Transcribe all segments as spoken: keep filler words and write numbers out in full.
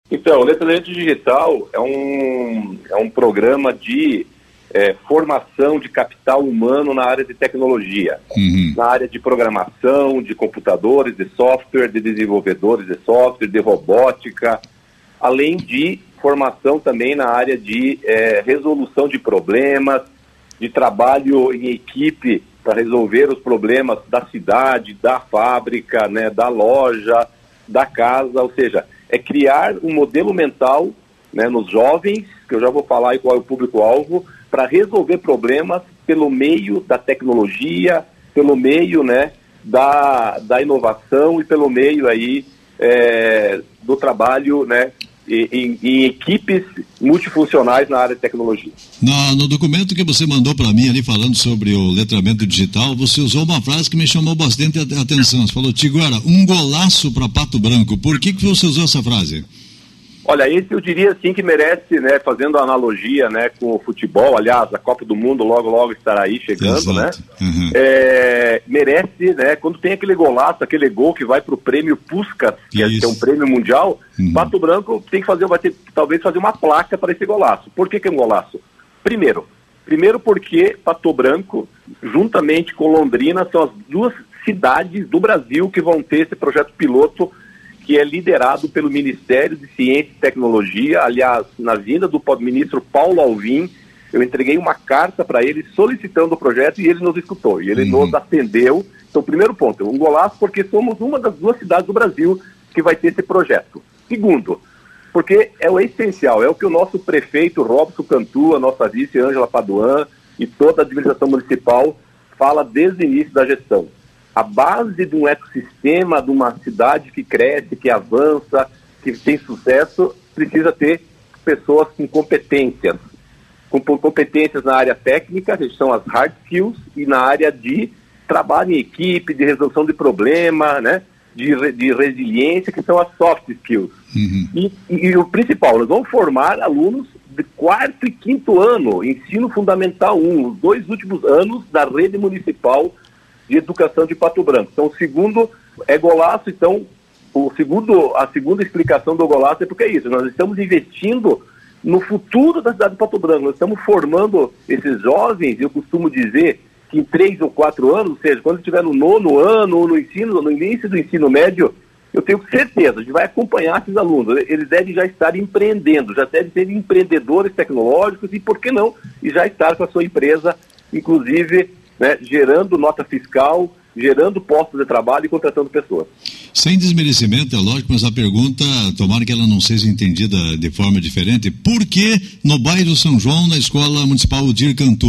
Então, o Letramento Digital é um, é um programa de é, formação de capital humano na área de tecnologia, uhum. na área de programação, de computadores, de software, de desenvolvedores de software, de robótica, além de formação também na área de é, resolução de problemas, de trabalho em equipe para resolver os problemas da cidade, da fábrica, né, da loja, da casa, ou seja, é criar um modelo mental, né, nos jovens, que eu já vou falar aí qual é o público-alvo, para resolver problemas pelo meio da tecnologia, pelo meio, né, da, da inovação e pelo meio aí é, do trabalho, né, em, em equipes multifuncionais na área de tecnologia. No, no documento que você mandou para mim ali falando sobre o letramento digital, você usou uma frase que me chamou bastante a atenção. Você falou, Tiguara, um golaço para Pato Branco. Por que que você usou essa frase? Olha, esse eu diria assim que merece, né, fazendo a analogia, né, com o futebol, aliás, a Copa do Mundo logo, logo estará aí chegando, Exato. né, uhum. é, merece, né, quando tem aquele golaço, aquele gol que vai para o prêmio Puskás, que é, que é um prêmio mundial, uhum. Pato Branco tem que fazer, vai ter, talvez fazer uma placa para esse golaço. Por que que é um golaço? Primeiro, primeiro porque Pato Branco, juntamente com Londrina, são as duas cidades do Brasil que vão ter esse projeto piloto, que é liderado pelo Ministério de Ciência e Tecnologia. Aliás, na vinda do ministro Paulo Alvim, eu entreguei uma carta para ele solicitando o projeto e ele nos escutou, e ele uhum. nos atendeu. Então, primeiro ponto, um golaço porque somos uma das duas cidades do Brasil que vai ter esse projeto. Segundo, porque é o essencial, é o que o nosso prefeito Robson Cantu, a nossa vice Ângela Paduan e toda a administração municipal fala desde o início da gestão. A base de um ecossistema, de uma cidade que cresce, que avança, que tem sucesso, precisa ter pessoas com competências. Com competências na área técnica, que são as hard skills, e na área de trabalho em equipe, de resolução de problema, né? de, de resiliência, que são as soft skills. Uhum. E, e, e o principal, nós vamos formar alunos de quarto e quinto ano, ensino fundamental um, os dois últimos anos da rede municipal de educação de Pato Branco. Então, o segundo é golaço. Então, o segundo, a segunda explicação do golaço é porque é isso, nós estamos investindo no futuro da cidade de Pato Branco, nós estamos formando esses jovens, eu costumo dizer que em três ou quatro anos, ou seja, quando estiver no nono ano ou no ensino, no início do ensino médio, eu tenho certeza, a gente vai acompanhar esses alunos, eles devem já estar empreendendo, já devem ser empreendedores tecnológicos e, por que não, e já estar com a sua empresa, inclusive, né, gerando nota fiscal, gerando postos de trabalho e contratando pessoas. Sem desmerecimento, é lógico, mas a pergunta, tomara que ela não seja entendida de forma diferente, por que no bairro São João, na Escola Municipal Odir Cantu?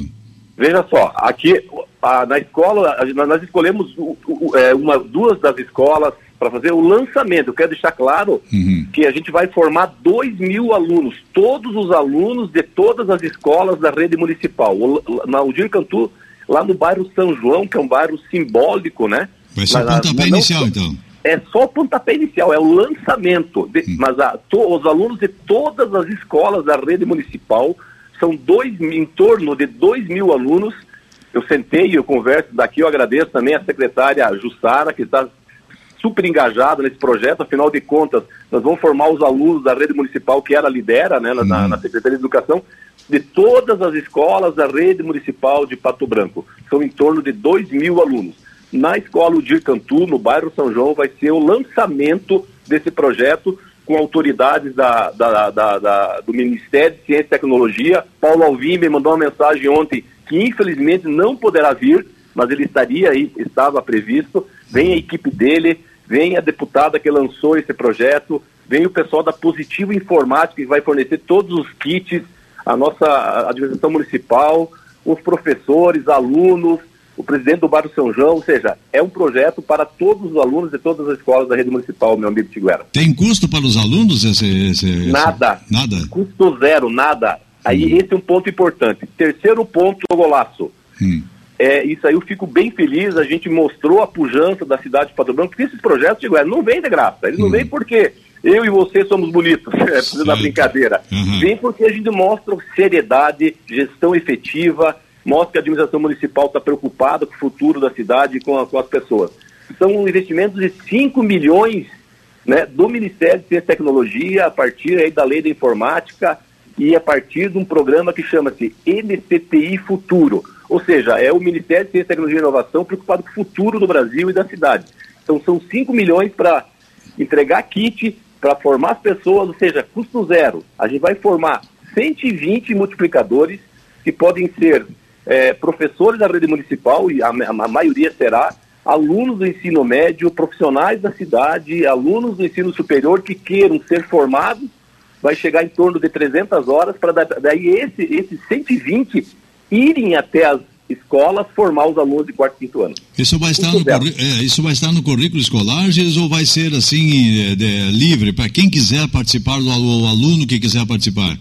Veja só, aqui a, na escola, a, nós escolhemos o, o, é, uma, duas das escolas para fazer o lançamento. Eu quero deixar claro uhum. que a gente vai formar dois mil alunos, todos os alunos de todas as escolas da rede municipal. O, na Odir Cantu, lá no bairro São João, que é um bairro simbólico, né? Vai ser o pontapé inicial, não, então. É só o pontapé inicial, é o lançamento. De, hum. Mas a, to, os alunos de todas as escolas da rede municipal são dois, em torno de dois mil alunos. Eu sentei e eu converso daqui, eu agradeço também a secretária Jussara, que está super engajada nesse projeto. Afinal de contas, nós vamos formar os alunos da rede municipal, que ela lidera, né, na, hum. na Secretaria de Educação, de todas as escolas da rede municipal de Pato Branco. São em torno de dois mil alunos. Na escola Odir Cantu, no bairro São João, vai ser o lançamento desse projeto com autoridades da, da, da, da, do Ministério de Ciência e Tecnologia. Paulo Alvim me mandou uma mensagem ontem que infelizmente não poderá vir, mas ele estaria aí, estava previsto. Vem a equipe dele, vem a deputada que lançou esse projeto, vem o pessoal da Positivo Informática que vai fornecer todos os kits, a nossa administração municipal, os professores, alunos, o presidente do bairro São João, ou seja, é um projeto para todos os alunos de todas as escolas da rede municipal, meu amigo Tiguera. Tem custo para os alunos? Esse, esse, nada. Esse... Nada? Custo zero, nada. Aí hum. esse é um ponto importante. Terceiro ponto, o golaço. Hum. É, isso aí eu fico bem feliz, a gente mostrou a pujança da cidade de Pato Branco, porque esses projetos, Tiguera, não vêm de graça, eles hum. não vêm porque eu e você somos bonitos, é, na brincadeira. Uhum. Vem porque a gente mostra seriedade, gestão efetiva, mostra que a administração municipal está preocupada com o futuro da cidade e com, a, com as pessoas. São investimentos de cinco milhões né, do Ministério de Ciência e Tecnologia, a partir aí da Lei da Informática e a partir de um programa que chama-se M C T I Futuro. Ou seja, é o Ministério de Ciência, Tecnologia e Inovação preocupado com o futuro do Brasil e da cidade. Então são cinco milhões para entregar kit, para formar as pessoas, ou seja, custo zero. A gente vai formar cento e vinte multiplicadores que podem ser é, professores da rede municipal, e a, a maioria será, alunos do ensino médio, profissionais da cidade, alunos do ensino superior que queiram ser formados. Vai chegar em torno de trezentas horas para daí esse, esses cento e vinte irem até as escolas formar os alunos de quarto e quinto ano. Isso vai estar, no, é, isso vai estar no currículo escolar, Gilles, ou vai ser assim, de, livre, para quem quiser participar, o aluno que quiser participar?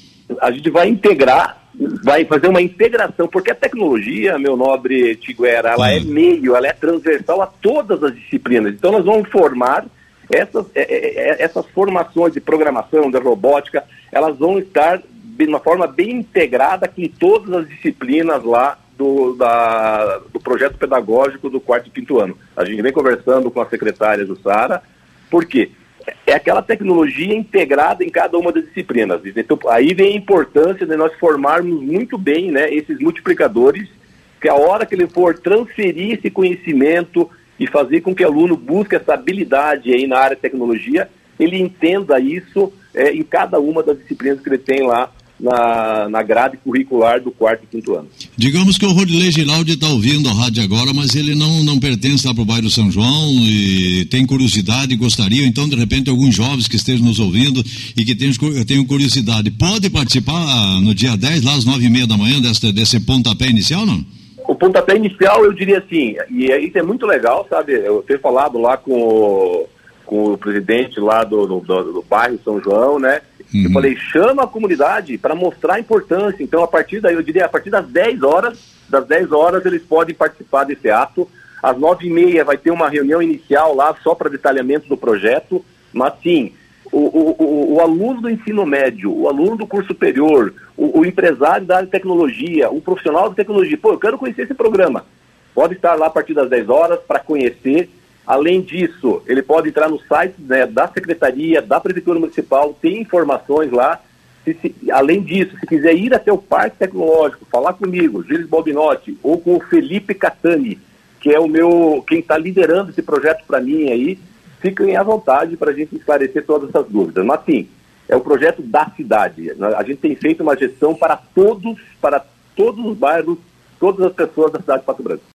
A gente vai integrar, vai fazer uma integração, porque a tecnologia, meu nobre Tiguera, ela hum. é meio, ela é transversal a todas as disciplinas. Então nós vamos formar essas, essas formações de programação, de robótica, elas vão estar de uma forma bem integrada com todas as disciplinas lá do, da, do projeto pedagógico do quarto e quinto ano. A gente vem conversando com a secretária do Sara, por quê? É aquela tecnologia integrada em cada uma das disciplinas. Então, aí vem a importância de nós formarmos muito bem, né, esses multiplicadores, que a hora que ele for transferir esse conhecimento e fazer com que o aluno busque essa habilidade aí na área de tecnologia, ele entenda isso é, em cada uma das disciplinas que ele tem lá na, na grade curricular do quarto e quinto ano. Digamos que o Rodilei Giraldi está ouvindo a rádio agora, mas ele não, não pertence lá para o bairro São João e tem curiosidade, gostaria, então de repente alguns jovens que estejam nos ouvindo e que tenham, tenham curiosidade, pode participar no dia dez, lá às nove e meia da manhã, desse, desse pontapé inicial, não? O pontapé inicial, eu diria assim, e isso é muito legal, sabe, eu ter falado lá com o, com o presidente lá do, do, do, do bairro São João, né? Uhum. Eu falei, chama a comunidade para mostrar a importância. Então, a partir daí, eu diria, a partir das dez horas, das dez horas eles podem participar desse ato. Às nove e meia vai ter uma reunião inicial lá só para detalhamento do projeto. Mas, sim, o, o, o, o aluno do ensino médio, o aluno do curso superior, o, o empresário da área de tecnologia, o profissional de tecnologia, pô, eu quero conhecer esse programa. Pode estar lá a partir das dez horas para conhecer. Além disso, ele pode entrar no site, né, da Secretaria, da Prefeitura Municipal, tem informações lá. Se, se, além disso, se quiser ir até o Parque Tecnológico, falar comigo, Gilles Balbinotti, ou com o Felipe Catani, que é o meu, quem está liderando esse projeto para mim aí, fiquem à vontade para a gente esclarecer todas essas dúvidas. Mas sim, é o projeto da cidade. A gente tem feito uma gestão para todos, para todos os bairros, todas as pessoas da cidade de Pato Branco.